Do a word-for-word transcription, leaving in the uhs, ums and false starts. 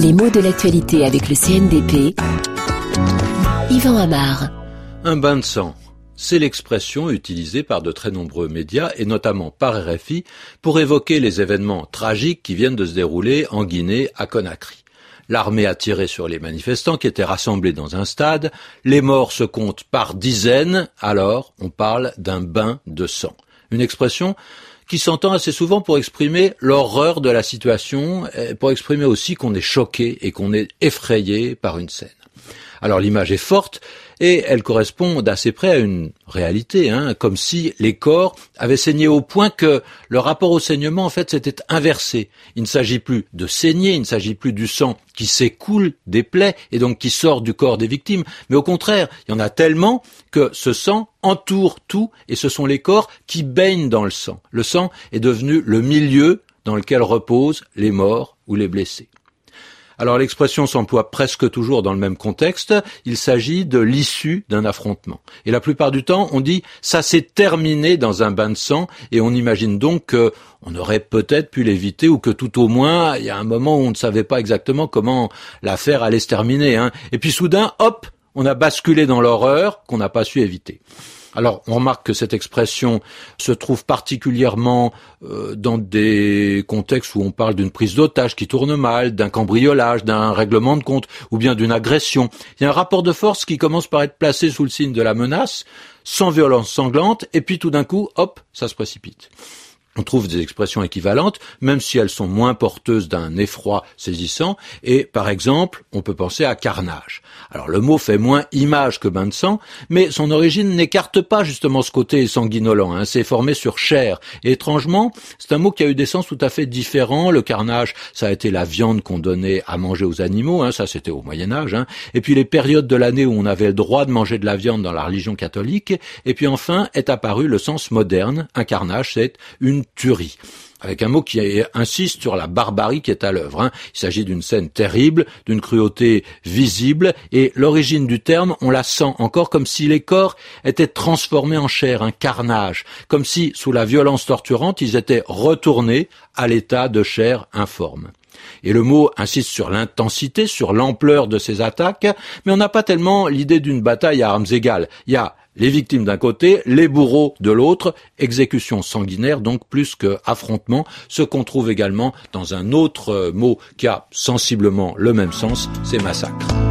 Les mots de l'actualité avec le C N D P. Yvan Amar. Un bain de sang, c'est l'expression utilisée par de très nombreux médias et notamment par R F I pour évoquer les événements tragiques qui viennent de se dérouler en Guinée à Conakry. L'armée a tiré sur les manifestants qui étaient rassemblés dans un stade, les morts se comptent par dizaines, alors on parle d'un bain de sang. Une expression qui s'entend assez souvent pour exprimer l'horreur de la situation, pour exprimer aussi qu'on est choqué et qu'on est effrayé par une scène. Alors l'image est forte et elle correspond d'assez près à une réalité, hein, comme si les corps avaient saigné au point que le rapport au saignement en fait s'était inversé. Il ne s'agit plus de saigner, il ne s'agit plus du sang qui s'écoule des plaies et donc qui sort du corps des victimes, mais au contraire, il y en a tellement que ce sang entoure tout et ce sont les corps qui baignent dans le sang. Le sang est devenu le milieu dans lequel reposent les morts ou les blessés. Alors l'expression s'emploie presque toujours dans le même contexte, il s'agit de l'issue d'un affrontement. Et la plupart du temps, on dit « ça s'est terminé dans un bain de sang » et on imagine donc qu'on aurait peut-être pu l'éviter ou que tout au moins, il y a un moment où on ne savait pas exactement comment l'affaire allait se terminer. Hein. Et puis soudain, hop, on a basculé dans l'horreur qu'on n'a pas su éviter. Alors, on remarque que cette expression se trouve particulièrement euh, dans des contextes où on parle d'une prise d'otage qui tourne mal, d'un cambriolage, d'un règlement de compte ou bien d'une agression. Il y a un rapport de force qui commence par être placé sous le signe de la menace, sans violence sanglante, et puis tout d'un coup, hop, ça se précipite. On trouve des expressions équivalentes, même si elles sont moins porteuses d'un effroi saisissant. Et par exemple, on peut penser à carnage. Alors le mot fait moins image que bain de sang, mais son origine n'écarte pas justement ce côté sanguinolent. Hein. C'est formé sur chair. Et étrangement, c'est un mot qui a eu des sens tout à fait différents. Le carnage, ça a été la viande qu'on donnait à manger aux animaux. Hein. Ça, c'était au Moyen-Âge. Hein. Et puis les périodes de l'année où on avait le droit de manger de la viande dans la religion catholique. Et puis enfin, est apparu le sens moderne. Un carnage, c'est une tuerie, avec un mot qui insiste sur la barbarie qui est à l'œuvre. Hein. Il s'agit d'une scène terrible, d'une cruauté visible, et l'origine du terme, on la sent encore comme si les corps étaient transformés en chair, un carnage, comme si, sous la violence torturante, ils étaient retournés à l'état de chair informe. Et le mot insiste sur l'intensité, sur l'ampleur de ces attaques, mais on n'a pas tellement l'idée d'une bataille à armes égales. Il y a les victimes d'un côté, les bourreaux de l'autre, exécution sanguinaire donc plus que affrontement, ce qu'on trouve également dans un autre mot qui a sensiblement le même sens, c'est massacre.